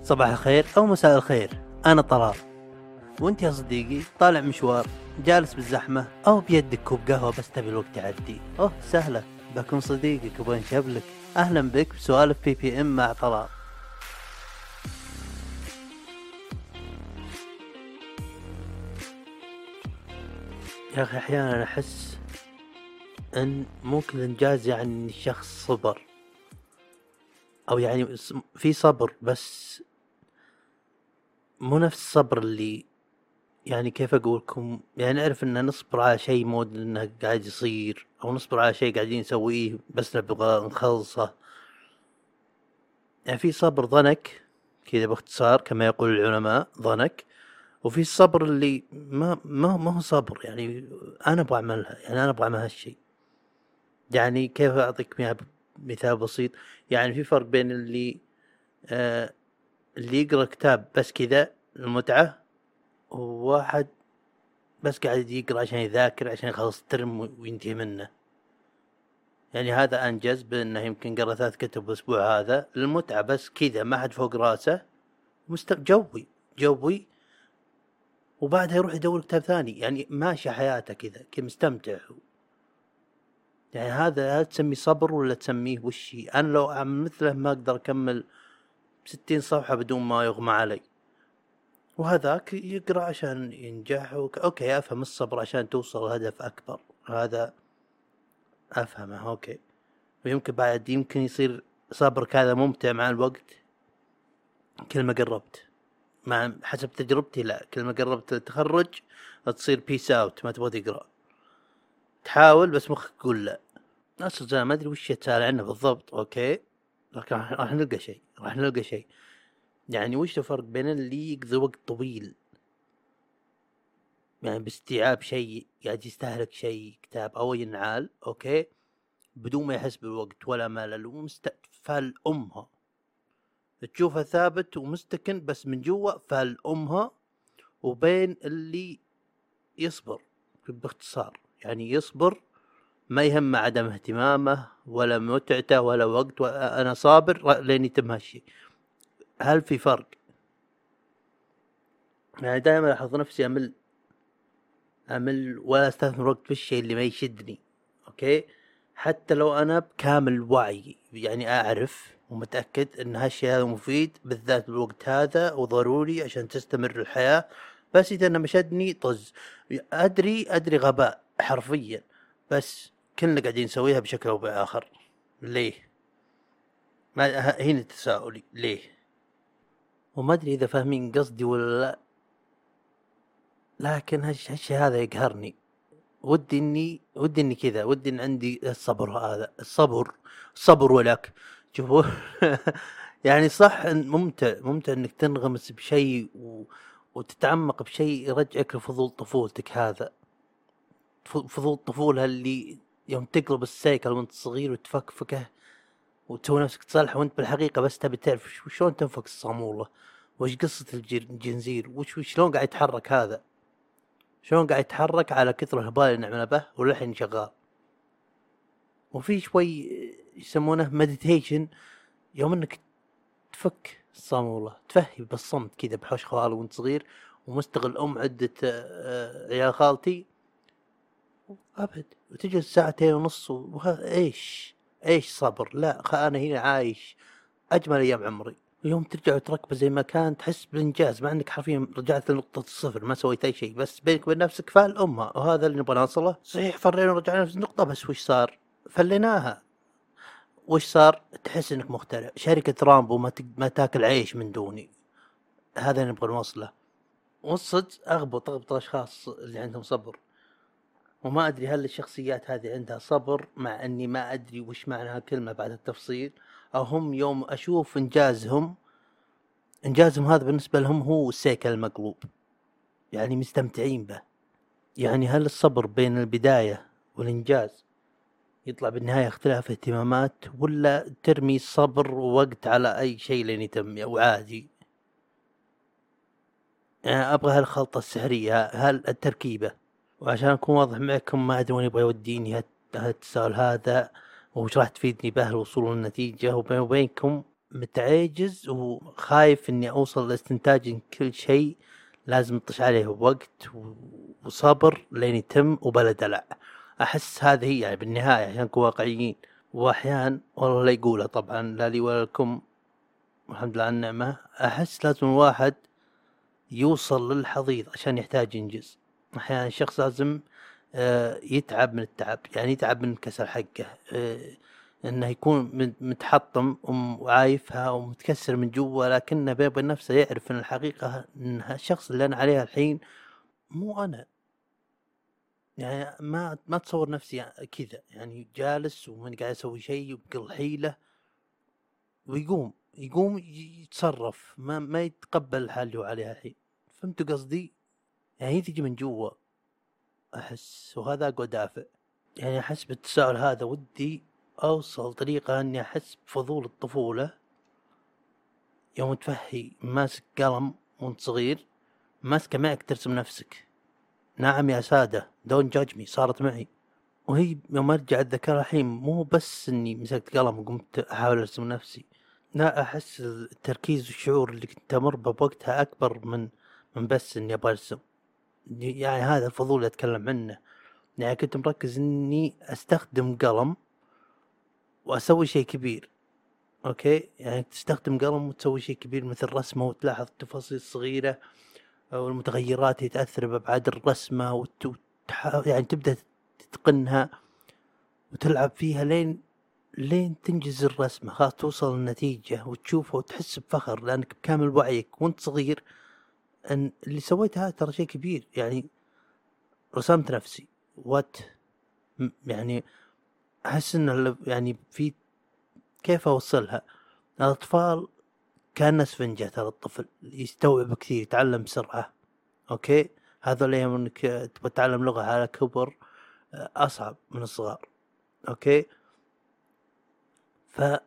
صباح الخير أو مساء الخير، أنا طلال، وأنت يا صديقي طالع مشوار، جالس بالزحمة أو بيدك كوب قهوة بس تبي الوقت يعدي. سهلة، بكون صديقك وبنشبلك. أهلا بك بسوالف بي بي إم مع طلال. يا أخي أحيانا أحس أن مو كل إنجاز يعني إن الشخص صبر، أو يعني في صبر بس مو نفس الصبر اللي يعني كيف أقولكم، يعني نعرف إن نصبر على شيء مو إنه قاعد يصير، أو نصبر على شيء قاعدين نسويه بس نبغى نخلصه. يعني في صبر ضنك كذا باختصار كما يقول العلماء ضنك، وفي الصبر اللي ما هو صبر، يعني أنا أبغى أعملها، يعني أنا أبغى أعمل هالشيء. يعني كيف أعطيك مثال بسيط؟ يعني في فرق بين اللي يقرأ كتاب بس كذا المتعة، وواحد بس قاعد يقرأ عشان يذاكر عشان يخلص الترم وينتهي منه. يعني هذا أنجز بأنه يمكن قرأ 3 كتب بالأسبوع، هذا للمتعة بس كذا ما حد فوق راسه، جوي، وبعدها يروح يدور كتاب ثاني، يعني ماشي حياته كذا مستمتع. يعني هذا تسميه صبر ولا تسميه وشي؟ أنا لو أعمل مثله ما أقدر أكمل 60 صفحة بدون ما يغمى علي، وهذاك يقرأ عشان ينجح. أوكي أفهم الصبر عشان توصل لهدف أكبر، هذا أفهمه أوكي. ويمكن بعد يمكن يصير صبرك هذا ممتع مع الوقت كل ما قربت، مع حسب تجربتي لا، كل ما قربت التخرج تصير بيس اوت، ما تبغى تقرأ، تحاول بس مخك يقول لا. أصلا ما أدري وش يتساءل عنه بالضبط، أوكي لكن راح نلقى شيء. يعني وش الفرق بين اللي يقضي وقت طويل يعني باستيعاب شيء قاعد يستهلك شيء كتاب أو ينعال، أوكي، بدون ما يحس بالوقت ولا ملل ومستقفل أمها، تشوفها ثابت ومستكن بس من جوا فال أمها، وبين اللي يصبر باختصار، يعني يصبر ما يهم عدم اهتمامه ولا متعته ولا وقت، أنا صابر لين يتم هالشي. هل في فرق؟ يعني دائما ألاحظ نفسي أمل ولا أستثمر وقت في الشيء اللي ما يشدني، أوكي، حتى لو أنا بكامل وعي، يعني أعرف ومتأكد أن هالشيء هذا مفيد بالذات بالوقت هذا وضروري عشان تستمر الحياة، بس إذا أنا مشدني طز. أدري غباء حرفيا، بس كلنا قاعدين نسويها بشكل أو بآخر. ليه؟ ما هنا تساؤلي ليه؟ وما أدري إذا فاهمين قصدي ولا لا، لكن هالشيء هذا يقهرني. ودي اني كذا، ودي ان عندي الصبر، هذا صبر ولك. شوفوا يعني صح إن ممتع انك تنغمس بشيء وتتعمق بشيء يرجعك لفضول طفولتك، هذا فضول الطفولة اللي يوم تقلب السيكل وانت صغير وتفكفكه وتسوي نفسك تصلح، وانت بالحقيقة بس تبي تعرف شلون تنفك الصامولة، وش قصة الجنزير، شلون قاعد يتحرك هذا، شلون قاعد يتحرك على كثر الهبال اللي نعمله به واللحن شغال. وفي شوي يسمونه مديتيشن، يوم انك تفك الصامولة، تفهي بالصمت كذا بحوش خوالي وانت صغير ومستغل عدة عيال خالتي ابد، وتجلس 2.5 ساعة وهذا ايش صبر؟ لا انا هنا عايش اجمل ايام عمري. ويوم ترجع وتركبه زي ما كان تحس بالانجاز، مع انك حرفيا رجعت لنقطة الصفر، ما سويت اي شيء، بس بينك وبين نفسك فال امها، وهذا اللي نبغى نوصله. صحيح فرينا ورجعنا نفس النقطة، بس وش صار؟ فليناها. وش صار؟ تحس انك مخترع شركة رامبو ما تاكل عيش من دوني. هذا اللي نبغى نوصله. والصدق اغبط الاشخاص اللي عندهم صبر، وما ادري هل الشخصيات هذه عندها صبر، مع اني ما ادري وش معنى هالكلمة بعد التفصيل، او هم يوم اشوف انجازهم هذا بالنسبة لهم هو السيكل المقلوب، يعني مستمتعين به. يعني هل الصبر بين البداية والإنجاز يطلع بالنهاية اختلاف اهتمامات، ولا ترمي صبر ووقت على أي شيء لين يتم أو عادي؟ يعني أبغى هالخلطة السحرية، التركيبة. وعشان أكون واضح معكم، ما أدري وين يبغى يوديني هالتساؤل هذا، وش راح تفيدني به الوصول للنتيجة، وبين وبينكم متعجز وخايف إني أوصل لاستنتاج إن كل شيء لازم أطش عليه وقت وصبر لين يتم وبلا دلع. أحس هذه هي يعني بالنهاية عشان نكون واقعيين. وأحيان والله لا يقولها طبعا لا لي ولا لكم والحمد لله على النعمة، أحس لازم الواحد يوصل للحضيض عشان يحتاج ينجز. أحيانا الشخص لازم يتعب من التعب، يعني يتعب من الكسل حقه، انه يكون متحطم وعايفها ومتكسر من جوا، لكنه بينه وبين نفسه يعرف ان الحقيقة ان الشخص اللي انا عليه الحين مو انا. يعني ما تصور نفسي كذا، يعني جالس وماني قاعد اسوي شيء وبكل حيلة، ويقوم يتصرف ما يتقبل الحال اللي هو عليها الحين. فهمتوا قصدي؟ يعني هي تجي من جوا احس، وهذا اقوى دافع. يعني احس بالتساؤل هذا ودي اوصل طريقة اني احس بفضول الطفولة يوم تفهي ماسك قلم وانت صغير، ماسكه معك ترسم نفسك. نعم يا سادة دون جاج مي، صارت معي. وهي يوم ارجع اتذكرها الحين مو بس اني مسكت قلم وقمت احاول ارسم نفسي، لا احس التركيز والشعور اللي كنت امر به بوقتها اكبر من بس اني ابغى ارسم. يعني هذا الفضول اللي اتكلم عنه، يعني كنت مركز اني استخدم قلم واسوي شيء كبير. اوكي، يعني تستخدم قلم وتسوي شيء كبير مثل رسمه وتلاحظ التفاصيل الصغيرة او المتغيرات اللي تأثر بأبعاد الرسمة يعني تبدأ تتقنها وتلعب فيها لين تنجز الرسمة، خلاص توصل النتيجة وتشوفها وتحس بفخر لأنك بكامل وعيك وانت صغير ان اللي سويتها ترى شيء كبير. يعني رسمت نفسي يعني احس ان يعني في كيف اوصلها. الاطفال كان اسفنجة، ترى الطفل يستوعب كثير، يتعلم بسرعة. اوكي، هذول يوم انك تبغى تتعلم لغة على كبر اصعب من الصغار. اوكي، فهذا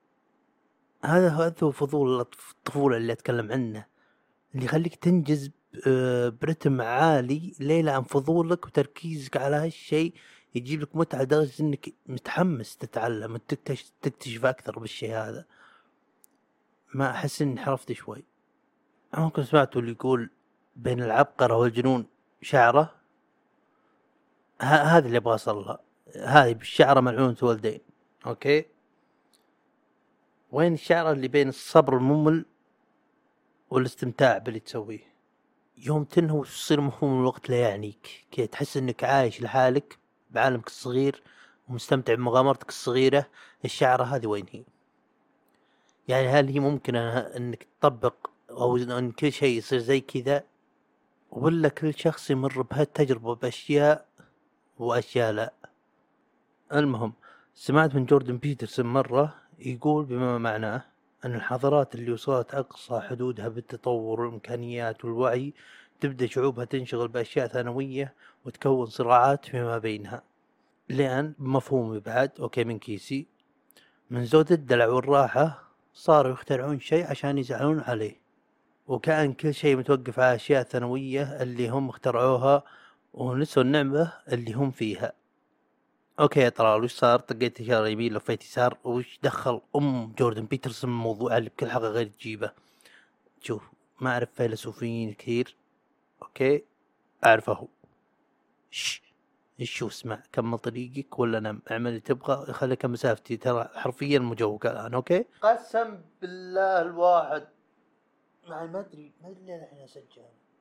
هو فضول الطفولة اللي اتكلم عنه، اللي يخليك تنجز برتم عالي ليلة عن فضولك وتركيزك على هالشيء، يجيب لك متعة لدرجة انك متحمس تتعلم وتكتشف اكثر بالشيء هذا. ما احس اني انحرفت شوي. ممكن سمعتوا اللي يقول بين العبقرة والجنون شعرة، هذا اللي ابغى اوصلها. هذه بالشعرة ملعونة والدين. اوكي، وين الشعرة اللي بين الصبر الممل والاستمتاع باللي تسويه؟ يوم تنهو وتصير مفهوم الوقت لا يعنيك، كي تحس انك عايش لحالك بعالمك الصغير ومستمتع بمغامرتك الصغيرة. الشعرة هذه وين هي؟ يعني هل هي ممكن انك تطبق او ان كل شيء يصير زي كذا، ولا كل شخص يمر بهالتجربة باشياء واشياء لا؟ المهم، سمعت من جوردن بيترسون مرة يقول بما معناه أن الحضارات اللي وصلت أقصى حدودها بالتطور والإمكانيات والوعي تبدأ شعوبها تنشغل بأشياء ثانوية وتكون صراعات فيما بينها، لأن بمفهومي بعد أوكي من كيسي، من زود الدلع والراحة صاروا يخترعون شيء عشان يزعلون عليه، وكأن كل شيء متوقف على أشياء ثانوية اللي هم اخترعوها ونسوا النعمة اللي هم فيها. اوكي يا طلال، وش صار؟ طقيت اشاره يمين لفيت يسار، وش دخل جوردن بيترسون الموضوع اللي بكل حلقه غير تجيبه؟ شوف، ما اعرف فيلسوفيين كثير، اوكي اعرفه. ايش اسمع، كمل طريقك ولا نم، اعمل اللي تبغى، خليك مسافتي، ترى حرفيا مجوك الان. اوكي، قسم بالله الواحد ما ادري ليه الحين اسجل.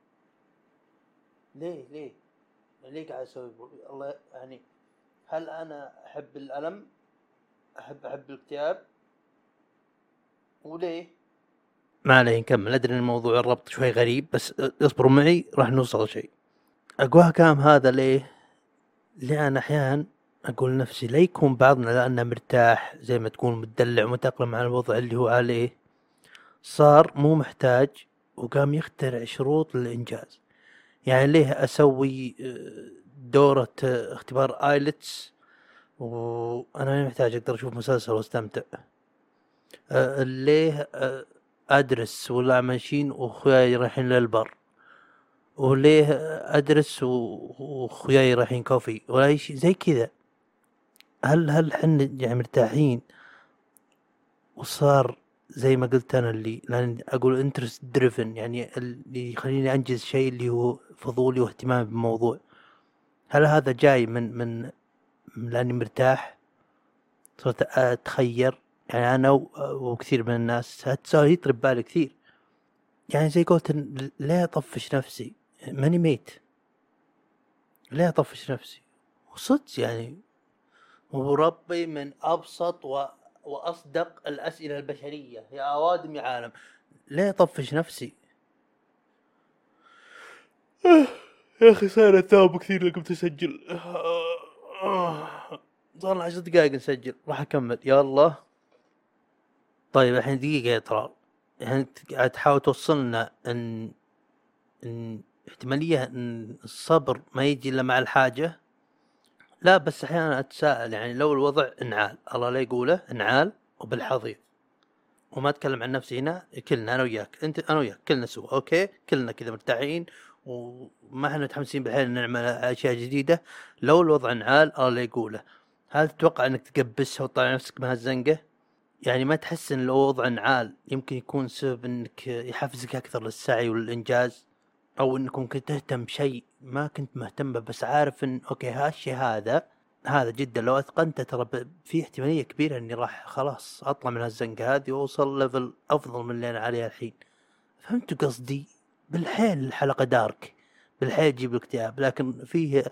ليه قاعد اسوي الله يعني؟ هل انا احب الالم؟ احب الاكتئاب؟ وليه؟ ما عليه، نكمل. ادري ان الموضوع الربط شوي غريب، بس اصبروا معي راح نوصل شيء. اقوى كلام هذا ليه؟ لان احيانا اقول نفسي لا يكون بعضنا لانه مرتاح زي ما تكون متدلع ومتأقلم على الوضع اللي هو عليه، صار مو محتاج وقام يخترع شروط للانجاز. يعني ليه اسوي دورة اختبار ايلتس وانا ما محتاج اقدر اشوف مسلسل واستمتع؟ ليه ادرس ولا ماشيين واخوياي رايحين للبر؟ وليه ادرس واخوياي رايحين كوفي ولا اي شيء زي كذا؟ هل حنا يعني مرتاحين وصار زي ما قلت أنا اللي لأن أقول interest driven، يعني اللي يخليني أنجز شيء اللي هو فضولي واهتمامي بالموضوع. هل هذا جاي من لأني مرتاح، صرت أتخير؟ يعني أنا وكثير من الناس هتسوي يطرب بالي كثير، يعني زي قلت ليه أطفش نفسي؟ ماني ميت، ليه أطفش نفسي؟ وصدق يعني، وربي من أبسط وأصدق الأسئلة البشرية، يا أوادم يا عالم، ليه أطفش نفسي؟ يا أخي صار الثوب كثير لكم تسجل. صار 10 دقائق نسجل، راح أكمل يا الله. طيب الحين دقيقة يا ترى، يعني قاعد تحاول توصلنا إن احتمالية إن الصبر ما يجي إلا مع الحاجة. لا بس أحيانا أتساءل، يعني لو الوضع انعال، الله لا يقوله انعال وبالحضيض، وما أتكلم عن نفسي هنا، كلنا أنا وياك، أنت أنا وياك كلنا سوا، أوكي كلنا كذا مرتاحين وما احنا متحمسين بالحيل نعمل أشياء جديدة. لو الوضع انعال الله لا يقوله، هل تتوقع أنك تقبسها وتطلع نفسك من هالزنقة؟ يعني ما تحس ان لو وضع انعال يمكن يكون سبب انك يحفزك اكثر للسعي والانجاز، او انك ممكن تهتم بشيء ما كنت مهتم به، بس عارف ان اوكي هالشيء هذا جدا لو اتقنته ترى في احتمالية كبيرة اني راح خلاص اطلع من هالزنقة هذه واوصل ليفل افضل من اللي انا عليه الحين. فهمتوا قصدي؟ بالحيل الحلقة دارك، بالحيل تجيب الاكتئاب، لكن فيه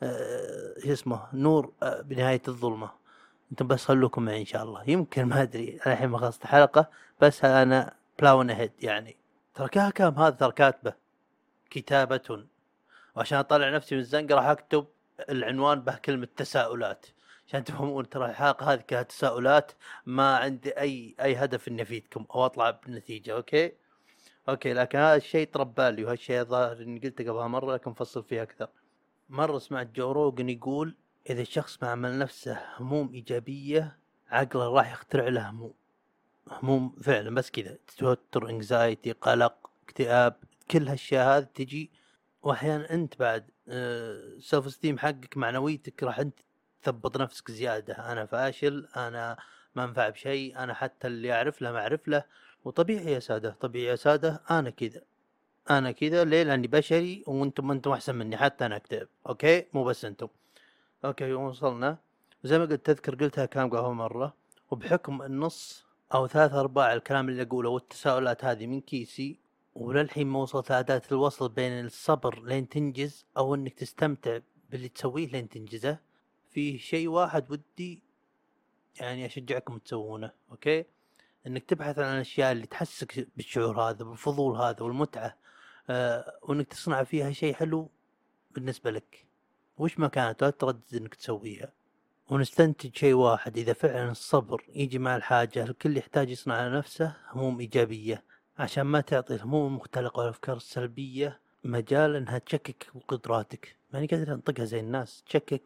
اسمه نور بنهاية الظلمة. انتم بس خلوكم معي ان شاء الله، يمكن ما ادري انا الحين ما خلصت حلقة، بس انا بلاون اهيد يعني. ترى كام هذا، ترى كاتبه كتابة، وعشان اطلع نفسي من الزنقة راح اكتب العنوان به كلمة تساؤلات، عشان تفهمون ترى الحلقة هذه كانت تساؤلات، ما عندي اي هدف اني افيدكم او اطلع بنتيجة. اوكي لكن هذا الشيء تربالي، وهالشيء ظاهر اني قلته قبلها مرة لكن فصل فيه اكثر. مرة سمعت جو روغن يقول إذا الشخص ما عمل نفسه هموم إيجابية عقله راح يخترع له هموم فعلا، بس كذا توتر، انكزايتي، قلق، اكتئاب، كل هالشيء هذه تجي. وأحيانا أنت بعد سيلف استيم حقك، معنويتك، راح أنت تثبط نفسك زيادة، أنا فاشل، أنا ما أنفع بشيء، أنا حتى اللي أعرف له ما أعرف له. وطبيعي يا سادة، طبيعي يا سادة، أنا كذا ليه؟ لأني بشري، وأنتم أحسن مني، حتى أنا أكتئب، أوكي مو بس أنتم. اوكي وصلنا، زي ما قلت تذكر قلتها كام قهوة مرة، وبحكم النص او 3/4 الكلام اللي اقوله والتساؤلات هذه من كيسي، وللحين ما وصلت أداة الوصل بين الصبر لين تنجز او انك تستمتع باللي تسويه لين تنجزه. في شيء واحد ودي يعني اشجعكم تسوونه، اوكي، انك تبحث عن الاشياء اللي تحسك بالشعور هذا، بالفضول هذا، والمتعة، وانك تصنع فيها شيء حلو بالنسبة لك، وش ما كانت لا تردد انك تسويها. ونستنتج شيء واحد، إذا فعلا الصبر يجي مع الحاجة، الكل يحتاج يصنع على نفسه هموم إيجابية، عشان ما تعطي الهموم المختلقة والأفكار السلبية مجال إنها تشكك بقدراتك. ماني قادر أنطقها زي الناس،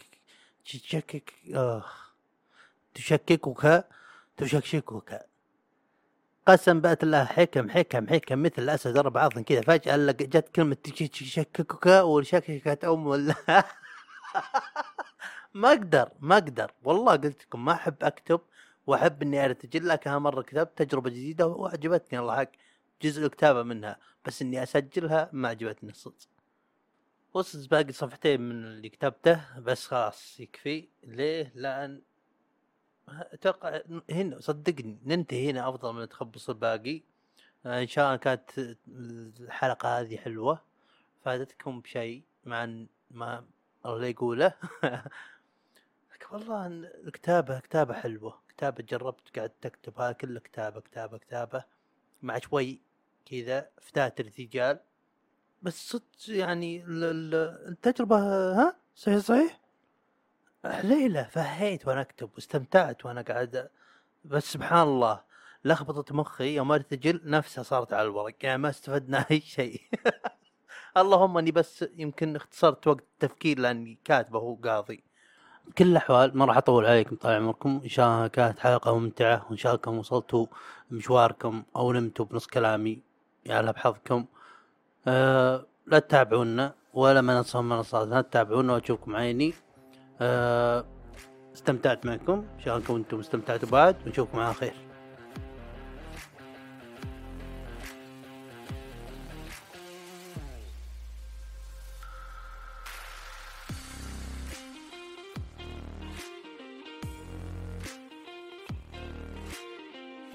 تشكك تشكشكك. قسم بأت الله، حكم مثل الأسد ضرب عظم كذا، فجأة جت كلمة تشككك وشكشكت ولا ما اقدر والله، قلت لكم ما احب اكتب، واحب اني ارتجل، لكن مرة كتبت تجربة جديدة واعجبتني الله حق، جزء الكتابة منها، بس اني اسجلها ما عجبتني الصدق. وصلت باقي صفحتين من اللي كتبته بس، خلاص يكفي. ليه؟ لان اتوقع هنا صدقني ننتهي هنا افضل من تخبص الباقي. ان شاء الله كانت الحلقة هذه حلوة، فادتكم بشيء مع ما الله يقوله. والله الكتابة حلوة، كتابة جربت قاعد تكتب، ها كله كتابة مع شوي كذا فتاة ارتجال، بس صدق يعني التجربة ها صحيح حليلة، فهيت وانا اكتب واستمتعت وانا قاعد، بس سبحان الله لخبطت مخي يوم ارتجل نفسها صارت على الورق، يعني ما استفدنا اي شيء. اللهم اني بس يمكن اختصرت وقت التفكير لاني كاتبه وقاضي. بكل الأحوال ما راح أطول عليكم طال عمركم، إن شاء الله كانت حلقة ممتعة، وإن شاء الله وصلتوا مشواركم أو نمتوا بنص كلامي، يا بحظكم. لا تتابعونا ولا منصاتنا، لا تتابعونا وأشوفكم عيني. استمتعت معكم، إن شاء الله أنتم استمتعتوا بعد، ونشوفكم على خير.